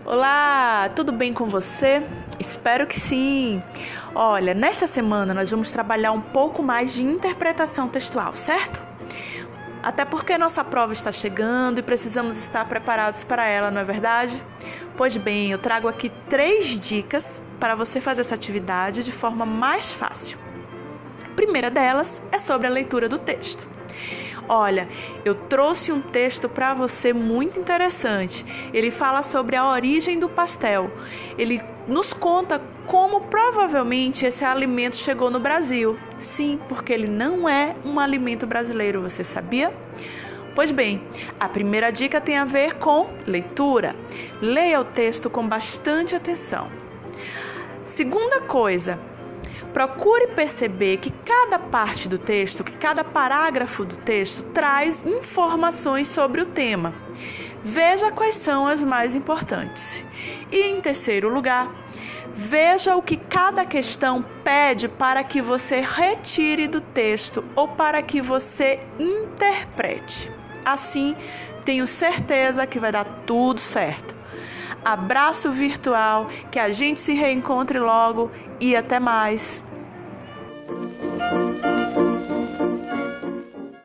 Olá, tudo bem com você? Espero que sim! Olha, nesta semana nós vamos trabalhar um pouco mais de interpretação textual, certo? Até porque nossa prova está chegando e precisamos estar preparados para ela, não é verdade? Pois bem, eu trago aqui 3 dicas para você fazer essa atividade de forma mais fácil. A primeira delas é sobre a leitura do texto. Olha, eu trouxe um texto para você muito interessante. Ele fala sobre a origem do pastel. Ele nos conta como provavelmente esse alimento chegou no Brasil. Sim, porque ele não é um alimento brasileiro, você sabia? Pois bem, a primeira dica tem a ver com leitura. Leia o texto com bastante atenção. Segunda coisa, procure perceber que cada parte do texto, que cada parágrafo do texto traz informações sobre o tema. Veja quais são as mais importantes. E em terceiro lugar, veja o que cada questão pede para que você retire do texto ou para que você interprete. Assim, tenho certeza que vai dar tudo certo. Abraço virtual, que a gente se reencontre logo e até mais!